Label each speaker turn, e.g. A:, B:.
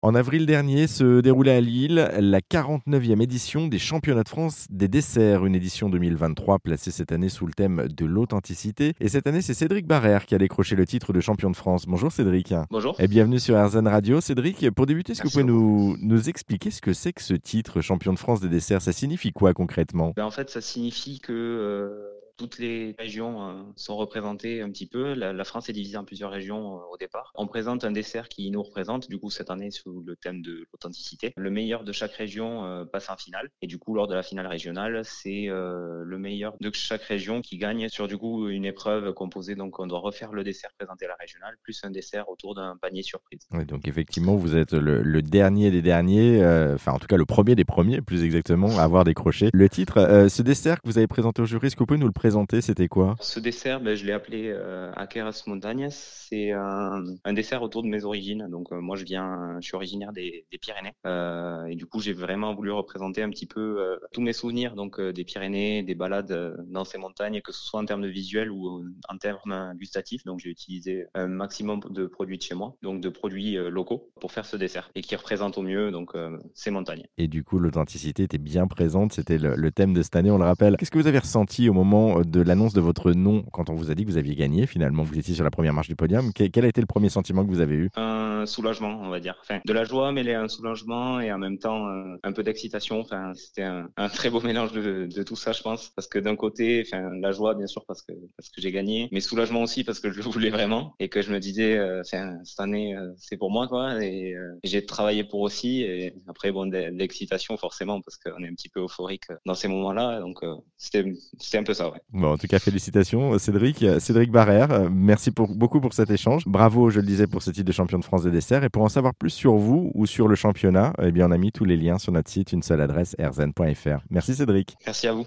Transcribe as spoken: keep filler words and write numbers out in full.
A: En avril dernier se déroulait à Lille la quarante-neuvième édition des Championnats de France des desserts, une édition deux mille vingt-trois placée cette année sous le thème de l'authenticité. Et cette année, c'est Cédric Barrère qui a décroché le titre de champion de France. Bonjour Cédric.
B: Bonjour.
A: Et bienvenue sur R Z N Radio. Cédric, pour débuter, est-ce que vous
B: Merci
A: pouvez
B: beaucoup.
A: nous, nous expliquer ce que c'est que ce titre champion de France des desserts? Ça signifie quoi concrètement?
B: Ben, en fait, ça signifie que euh, toutes les régions euh, sont représentées un petit peu. La, la France est divisée en plusieurs régions euh, au départ. On présente un dessert qui nous représente, du coup, cette année sous le thème de l'authenticité. Le meilleur de chaque région euh, passe en finale. Et du coup, lors de la finale régionale, c'est euh, le meilleur de chaque région qui gagne sur du coup une épreuve composée. Donc, on doit refaire le dessert présenté à la régionale, plus un dessert autour d'un panier surprise.
A: Oui, donc effectivement, vous êtes le, le dernier des derniers, euh, enfin en tout cas le premier des premiers, plus exactement, à avoir décroché le titre. Euh, ce dessert que vous avez présenté au jury, est-ce que vous pouvez nous le présenter? C'était quoi?
B: Ce dessert, ben, je l'ai appelé euh, Aqueras Montañas. C'est un, un dessert autour de mes origines. Donc, euh, moi, je viens, je suis originaire des, des Pyrénées. Euh, et du coup, j'ai vraiment voulu représenter un petit peu euh, tous mes souvenirs donc euh, des Pyrénées, des balades euh, dans ces montagnes, que ce soit en termes de visuel ou euh, en termes gustatifs. Donc, j'ai utilisé un maximum de produits de chez moi, donc de produits euh, locaux pour faire ce dessert et qui représente au mieux donc euh, ces montagnes.
A: Et du coup, l'authenticité était bien présente. C'était le, le thème de cette année, on le rappelle. Qu'est-ce que vous avez ressenti au moment de l'annonce de votre nom, quand on vous a dit que vous aviez gagné finalement, que vous étiez sur la première marche du podium? Quel, quel a été le premier sentiment que vous avez eu?
B: Un soulagement, on va dire. Enfin, de la joie mêlée à un soulagement et en même temps euh, un peu d'excitation. Enfin, c'était un, un très beau mélange de, de tout ça, je pense. Parce que d'un côté, enfin, la joie, bien sûr, parce que parce que j'ai gagné, mais soulagement aussi parce que je le voulais vraiment et que je me disais, euh, enfin, cette année, euh, c'est pour moi, quoi. Et euh, j'ai travaillé pour aussi. Et après, bon, de, de l'excitation forcément parce qu'on est un petit peu euphorique dans ces moments-là. Donc, euh, c'était c'était un peu ça, ouais.
A: Bon, en tout cas, félicitations Cédric. Cédric Barrère, euh, merci pour, beaucoup pour cet échange. Bravo, je le disais, pour ce titre de champion de France des desserts. Et pour en savoir plus sur vous ou sur le championnat, eh bien, on a mis tous les liens sur notre site, une seule adresse, r z n point f r. Merci Cédric.
B: Merci à vous.